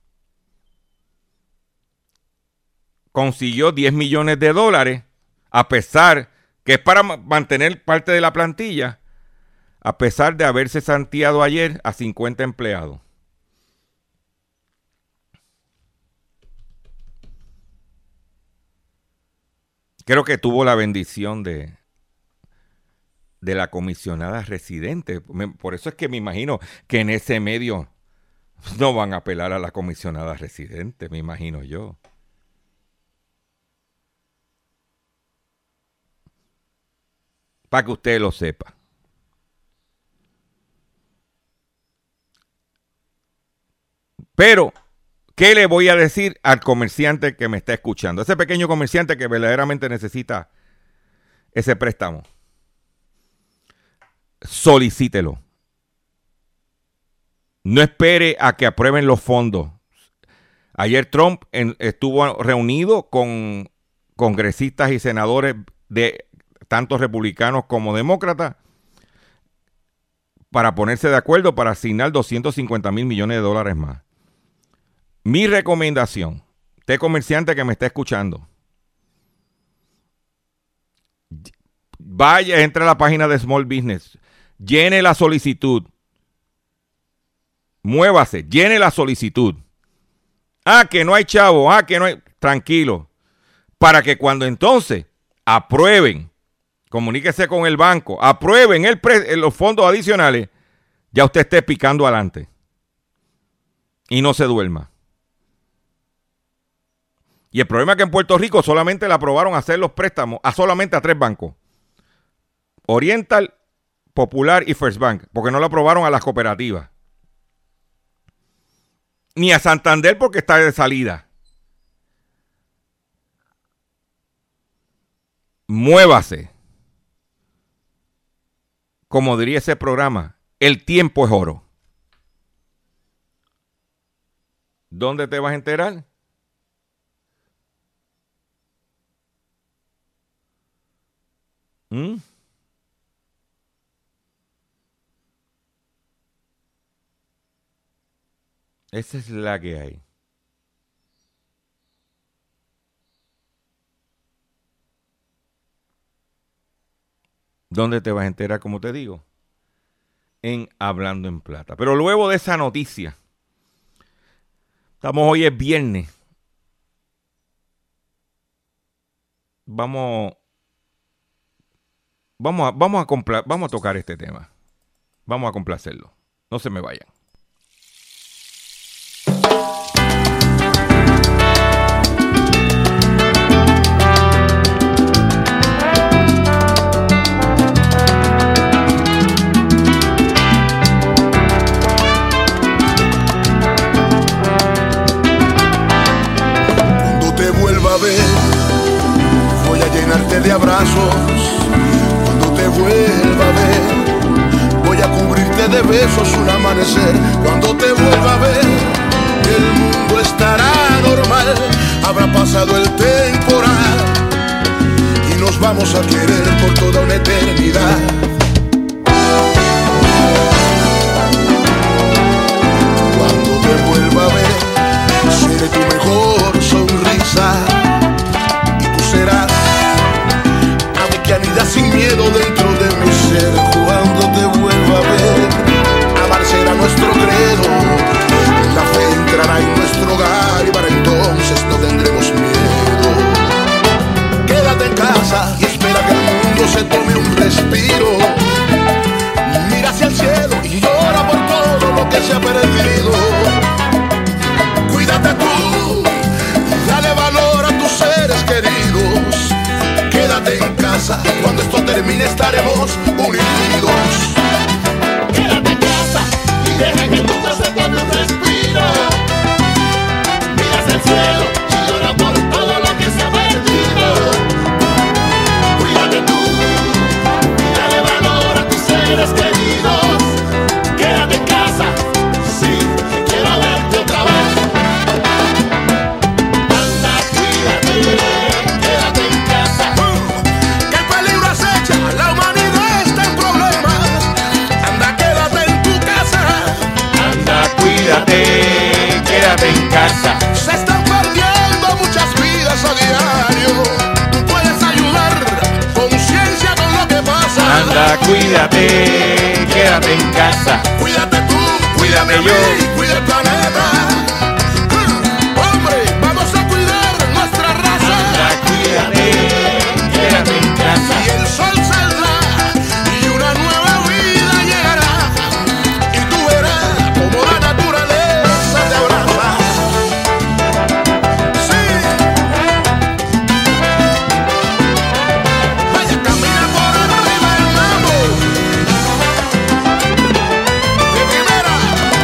consiguió diez millones de dólares, a pesar que es para mantener parte de la plantilla, a pesar de haberse santiado ayer a cincuenta empleados. Creo que tuvo la bendición de, de la comisionada residente. Por eso es que me imagino que en ese medio no van a apelar a la comisionada residente, me imagino yo. Para que usted lo sepa. Pero ¿qué le voy a decir al comerciante que me está escuchando? Ese pequeño comerciante que verdaderamente necesita ese préstamo. Solicítelo. No espere a que aprueben los fondos. Ayer Trump en, estuvo reunido con congresistas y senadores de tanto republicanos como demócratas para ponerse de acuerdo para asignar doscientos cincuenta mil millones de dólares más. Mi recomendación, usted comerciante que me está escuchando, Vaya, entre a la página de Small Business, llene la solicitud. Muévase, llene la solicitud. Ah, que no hay chavo, ah, que no hay... Tranquilo. Para que cuando entonces aprueben, comuníquese con el banco, aprueben el pre, los fondos adicionales, ya usted esté picando adelante. Y no se duerma. Y el problema es que en Puerto Rico solamente le aprobaron hacer los préstamos a solamente a tres bancos. Oriental, Popular y First Bank, porque no lo aprobaron a las cooperativas. Ni a Santander porque está de salida. Muévase. Como diría ese programa, el tiempo es oro. ¿Dónde te vas a enterar? ¿Mm? Esa es la que hay. ¿Dónde te vas a enterar, como te digo? En Hablando en Plata. Pero luego de esa noticia, estamos hoy es viernes. Vamos, vamos a, vamos a compla- vamos a tocar este tema. Vamos a complacerlo. No se me vayan. De abrazos, cuando te vuelva a ver, voy a cubrirte de besos un amanecer. Cuando te vuelva a ver, el mundo estará normal, habrá pasado el temporal y nos vamos a querer por toda una eternidad. Cuando te vuelva a ver, seré tu mejor sonrisa y tú serás que anida sin miedo dentro de mi ser. Cuando te vuelva a ver, amar será nuestro credo, la fe entrará en nuestro hogar y para entonces no tendremos miedo. Quédate en casa y espera que el mundo se tome un respiro. Mira hacia el cielo y llora por todo lo que se ha perdido. Cuídate tú, dale valor a tus seres queridos. Quédate en casa, cuando esto termine estaremos unidos. Quédate en casa y deja que el mundo se tome un respiro. Mira hacia el cielo y llora por todo lo que se ha perdido. Cuídate tú, dale valor a tus seres queridos. Quédate en casa, sí, quiero verte otra vez. Anda, cuídate. Quédate, quédate en casa. Se están perdiendo muchas vidas a diario. Tú puedes ayudar, conciencia con lo que pasa. Anda, cuídate, quédate en casa. Cuídate tú, cuídame yo, cuida el planeta. Hombre, vamos a cuidar nuestra raza. Anda, cuídate, quédate en casa. Y el sol saldrá y una nueva vida llegará. Y tú verás como la naturaleza te abraza. Sí. Vaya, camina por arriba el mambo. De primera.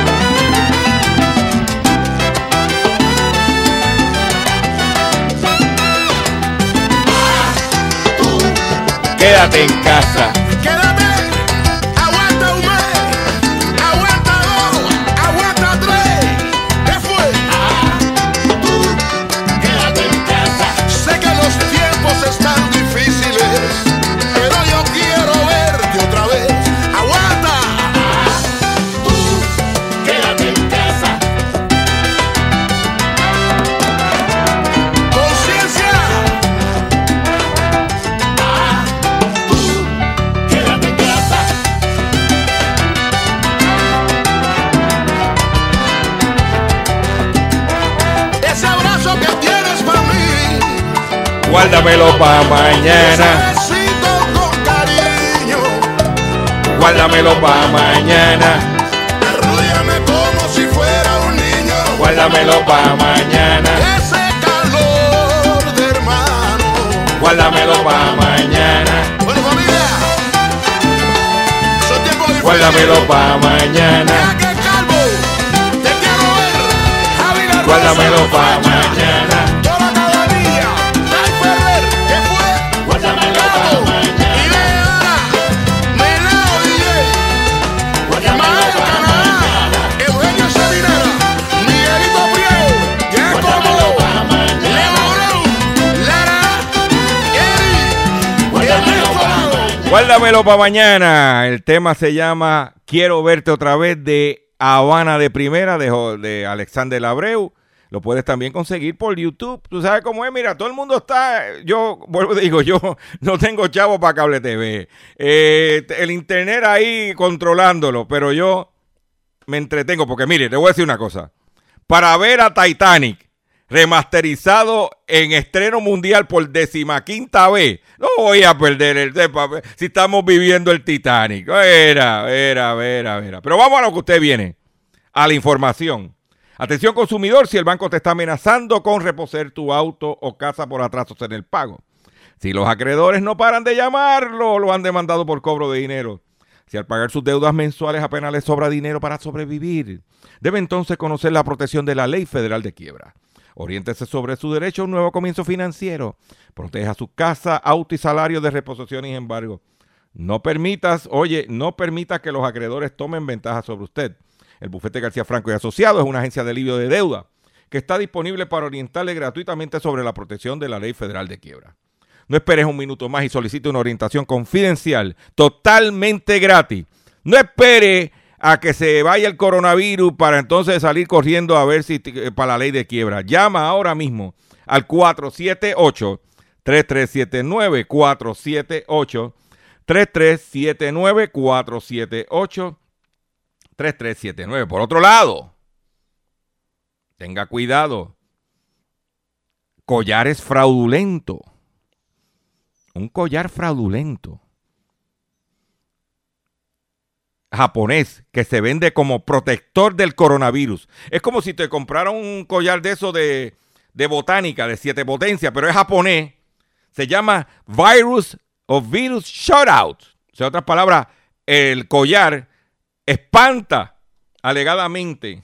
Quédate en casa. Quédate, aguanta un mes, aguanta dos, aguanta tres. ¿Qué fue? Ah, tú, quédate en casa. Sé que los tiempos están difíciles, pero yo quiero verte otra vez. Aguanta. Ah, tú, quédate en casa. Conciencia. Ah, tú. Guárdamelo pa' mañana. Besito con cariño. Guárdamelo pa' mañana. Arrúllame como si fuera un niño. Guárdamelo pa' mañana. Ese calor de hermano. Guárdamelo pa' mañana. Bueno, familia, son tiempos difíciles. Guárdamelo pa' mañana. Mira que calvo, te quiero ver. Javi La Rosa. Guárdamelo pa' mañana. Toda la cabanilla. Ay, Ferrer, ¿qué fue? Guárdamelo pa' Cabo. mañana. Y Leona. Meneo D J. Ismael Canadá. Eugenio Seminara. Miguelito Priego. Giacomo. Leo Brown. Lara. Eri. Y Ernesto. Guárdamelo para mañana. El tema se llama Quiero verte otra vez de Habana de Primera de, Jo- de Alexander Abreu. Lo puedes también conseguir por YouTube. Tú sabes cómo es. Mira, todo el mundo está. Yo vuelvo y digo, yo no tengo chavo para cable T V. Eh, el internet ahí controlándolo, pero yo me entretengo. Porque mire, te voy a decir una cosa. Para ver a Titanic remasterizado en estreno mundial por decimaquinta vez, no voy a perder el tema si estamos viviendo el Titanic. Vera, vera, vera, vera. Pero vamos a lo que usted viene, a la información. Atención consumidor, si el banco te está amenazando con reposer tu auto o casa por atrasos en el pago. Si los acreedores no paran de llamarlo, lo han demandado por cobro de dinero. Si al pagar sus deudas mensuales apenas le sobra dinero para sobrevivir, debe entonces conocer la protección de la Ley Federal de Quiebra. Oriéntese sobre su derecho a un nuevo comienzo financiero. Proteja su casa, auto y salario de reposición y embargo. No permitas, oye, no permita que los acreedores tomen ventaja sobre usted. El Bufete García Franco y Asociados es una agencia de alivio de deuda que está disponible para orientarle gratuitamente sobre la protección de la Ley Federal de Quiebra. No esperes un minuto más y solicite una orientación confidencial, totalmente gratis. No espere a que se vaya el coronavirus para entonces salir corriendo a ver si para la ley de quiebra. Llama ahora mismo al cuatro siete ocho, tres tres siete nueve, cuatro siete ocho, tres tres siete nueve, cuatro siete ocho, tres tres siete nueve. Por otro lado, tenga cuidado. Collares fraudulento. Un collar fraudulento japonés que se vende como protector del coronavirus. Es como si te compraran un collar de eso de, de botánica, de siete potencias, pero es japonés. Se llama Virus o Virus Shutout. O sea, en otras palabras, el collar espanta alegadamente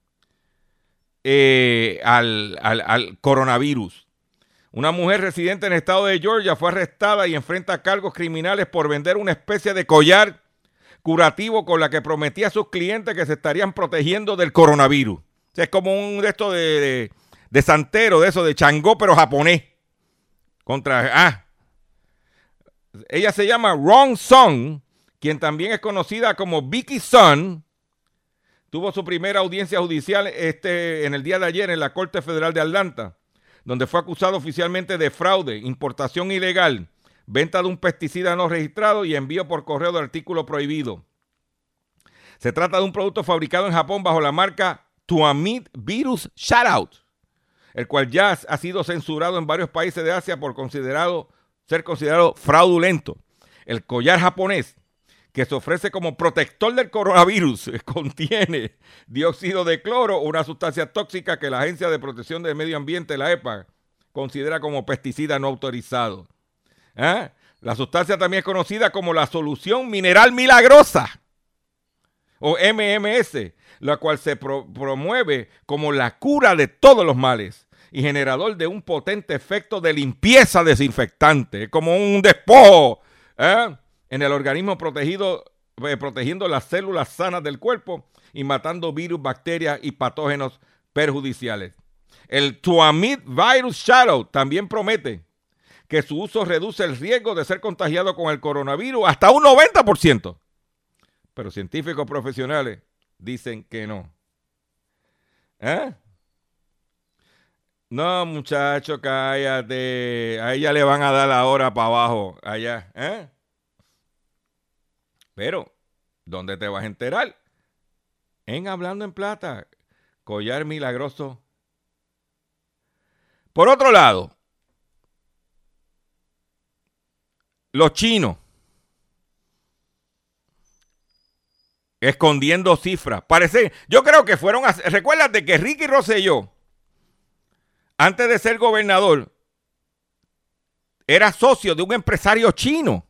eh, al, al, al coronavirus. Una mujer residente en el estado de Georgia fue arrestada y enfrenta cargos criminales por vender una especie de collar curativo con la que prometía a sus clientes que se estarían protegiendo del coronavirus. O sea, es como un de estos de, de, de santero, de eso, de changó, pero japonés. Contra, ah. Ella se llama Ron Song, quien también es conocida como Vicky Sun. Tuvo su primera audiencia judicial este, en el día de ayer en la Corte Federal de Atlanta, donde fue acusado oficialmente de fraude, importación ilegal, venta de un pesticida no registrado y envío por correo de artículo prohibido. Se trata de un producto fabricado en Japón bajo la marca Tuamid Virus Shutout, el cual ya ha sido censurado en varios países de Asia por considerado, ser considerado fraudulento. El collar japonés, que se ofrece como protector del coronavirus, contiene dióxido de cloro, una sustancia tóxica que la Agencia de Protección del Medio Ambiente, la EPA, considera como pesticida no autorizado. ¿Eh? La sustancia también es conocida como la solución mineral milagrosa, o M M S, la cual se pro- promueve como la cura de todos los males y generador de un potente efecto de limpieza desinfectante, como un despojo, ¿eh? en el organismo protegido, eh, protegiendo las células sanas del cuerpo y matando virus, bacterias y patógenos perjudiciales. El Tuamid Virus Shadow también promete que su uso reduce el riesgo de ser contagiado con el coronavirus hasta un noventa por ciento. Pero científicos profesionales dicen que no. ¿Eh? No, muchacho, cállate. A ella le van a dar la hora para abajo, allá. ¿Eh? Pero, ¿dónde te vas a enterar? En Hablando en Plata, collar milagroso. Por otro lado, Los chinos. Escondiendo cifras. Parece, yo creo que fueron a... Recuérdate que Ricky Rosselló, antes de ser gobernador, era socio de un empresario chino.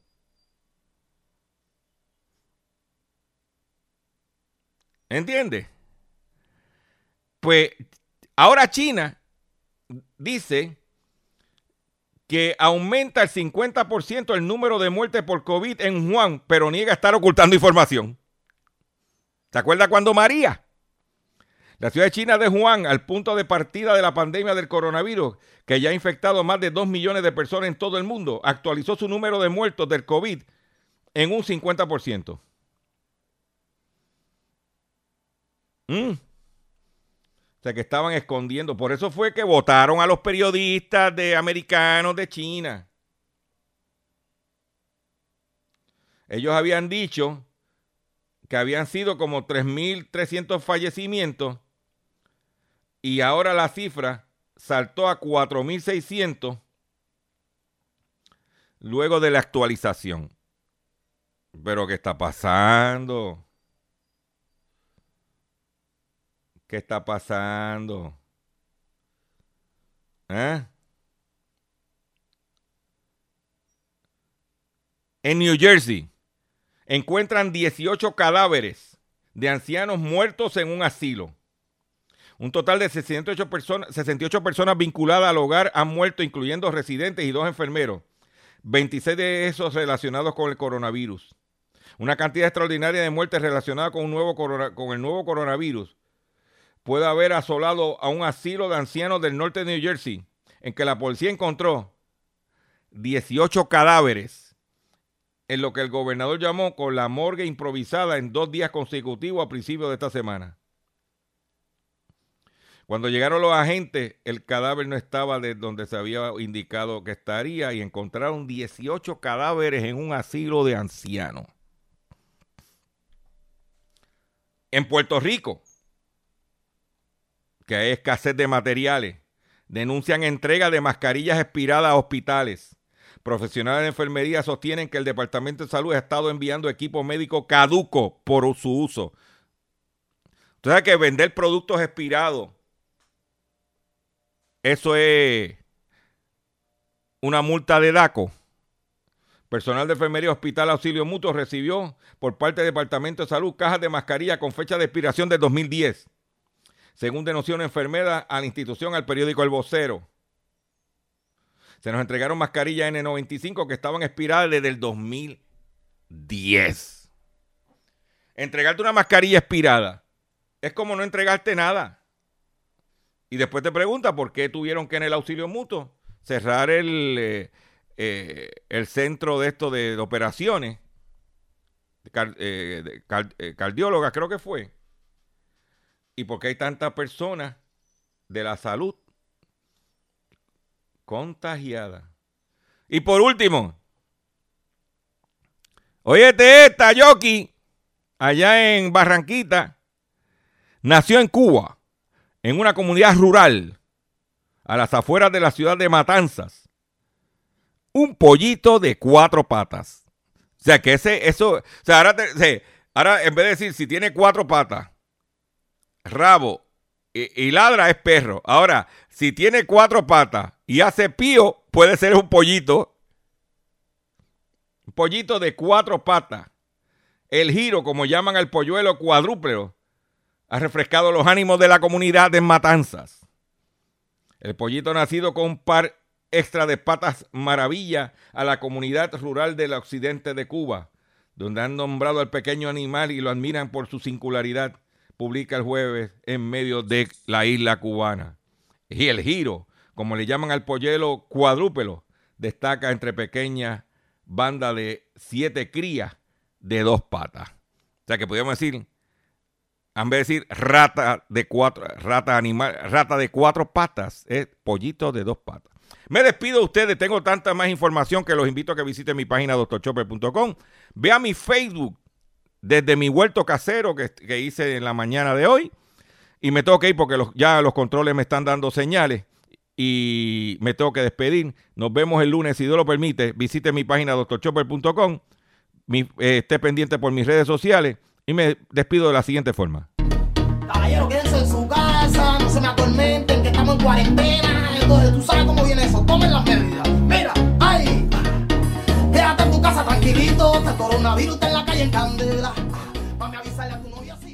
¿Entiendes? Pues ahora China dice que aumenta el cincuenta por ciento el número de muertes por COVID en Wuhan, pero niega estar ocultando información. ¿Se acuerda cuando María? La ciudad de China de Wuhan, al punto de partida de la pandemia del coronavirus, que ya ha infectado a más de dos millones de personas en todo el mundo, actualizó su número de muertos del COVID en un cincuenta por ciento. Mm. O sea, que estaban escondiendo. Por eso fue que votaron a los periodistas de americanos de China. Ellos habían dicho que habían sido como tres mil trescientos fallecimientos y ahora la cifra saltó a cuatro mil seiscientos luego de la actualización. ¿Pero qué está pasando? ¿Qué está pasando? ¿Eh? En New Jersey encuentran dieciocho cadáveres de ancianos muertos en un asilo. Un total de sesenta y ocho personas, sesenta y ocho personas vinculadas al hogar han muerto, incluyendo residentes y dos enfermeros. veintiséis de esos relacionados con el coronavirus. Una cantidad extraordinaria de muertes relacionadas con, un nuevo corona, con el nuevo coronavirus puede haber asolado a un asilo de ancianos del norte de New Jersey, en que la policía encontró dieciocho cadáveres, en lo que el gobernador llamó con la morgue improvisada en dos días consecutivos a principios de esta semana. Cuando llegaron los agentes, el cadáver no estaba de donde se había indicado que estaría y encontraron dieciocho cadáveres en un asilo de ancianos. En Puerto Rico, que hay escasez de materiales, denuncian entrega de mascarillas expiradas a hospitales. Profesionales de enfermería sostienen que el Departamento de Salud ha estado enviando equipo médico caduco por su uso. Entonces, que vender productos expirados, eso es una multa de DACO. Personal de enfermería Hospital Auxilio Mutuo recibió por parte del Departamento de Salud cajas de mascarilla con fecha de expiración del dos mil diez. Según denunció una enfermera a la institución al periódico El Vocero. Se nos entregaron mascarillas N noventa y cinco que estaban expiradas desde el dos mil diez. Entregarte una mascarilla expirada es como no entregarte nada. Y después te pregunta por qué tuvieron que en el Auxilio Mutuo cerrar el, eh, eh, el centro de esto de, de operaciones, de car, eh, de car, eh, cardiólogas creo que fue. Y por qué hay tantas personas de la salud contagiadas. Y por último, óyete esta, Yoki, allá en Barranquita, nació en Cuba, en una comunidad rural, a las afueras de la ciudad de Matanzas, un pollito de cuatro patas. O sea, que ese, eso, o sea, ahora, te, o sea, ahora en vez de decir si tiene cuatro patas, rabo y, y ladra es perro. Ahora, si tiene cuatro patas y hace pío, puede ser un pollito. Un pollito de cuatro patas. El giro, como llaman al polluelo cuadrúpedo, ha refrescado los ánimos de la comunidad de Matanzas. El pollito nacido con un par extra de patas maravilla a la comunidad rural del occidente de Cuba, donde han nombrado al pequeño animal y lo admiran por su singularidad, publica el jueves en medio de la isla cubana. Y el giro, como le llaman al polluelo cuadrúpedo, destaca entre pequeñas bandas de siete crías de dos patas. O sea que podríamos decir, en vez de decir rata de cuatro, rata animal, rata de cuatro patas, es pollito de dos patas. Me despido de ustedes, tengo tanta más información que los invito a que visiten mi página doctor chopper punto com. Vea mi Facebook desde mi huerto casero que, que hice en la mañana de hoy. Y me tengo que ir porque los, ya los controles me están dando señales. y me tengo que despedir. Nos vemos el lunes, si Dios lo permite. Visite mi página doctor chopper punto com, mi, eh, esté pendiente por mis redes sociales y me despido de la siguiente forma. Caballero, quédense en su casa, no se me atormenten que estamos en cuarentena. Entonces tú sabes cómo viene eso, tomen las medidas. Mira, ay, quédate en tu casa tranquilito, este coronavirus está en la calle en candela. Mami, avisarle a tu novia así.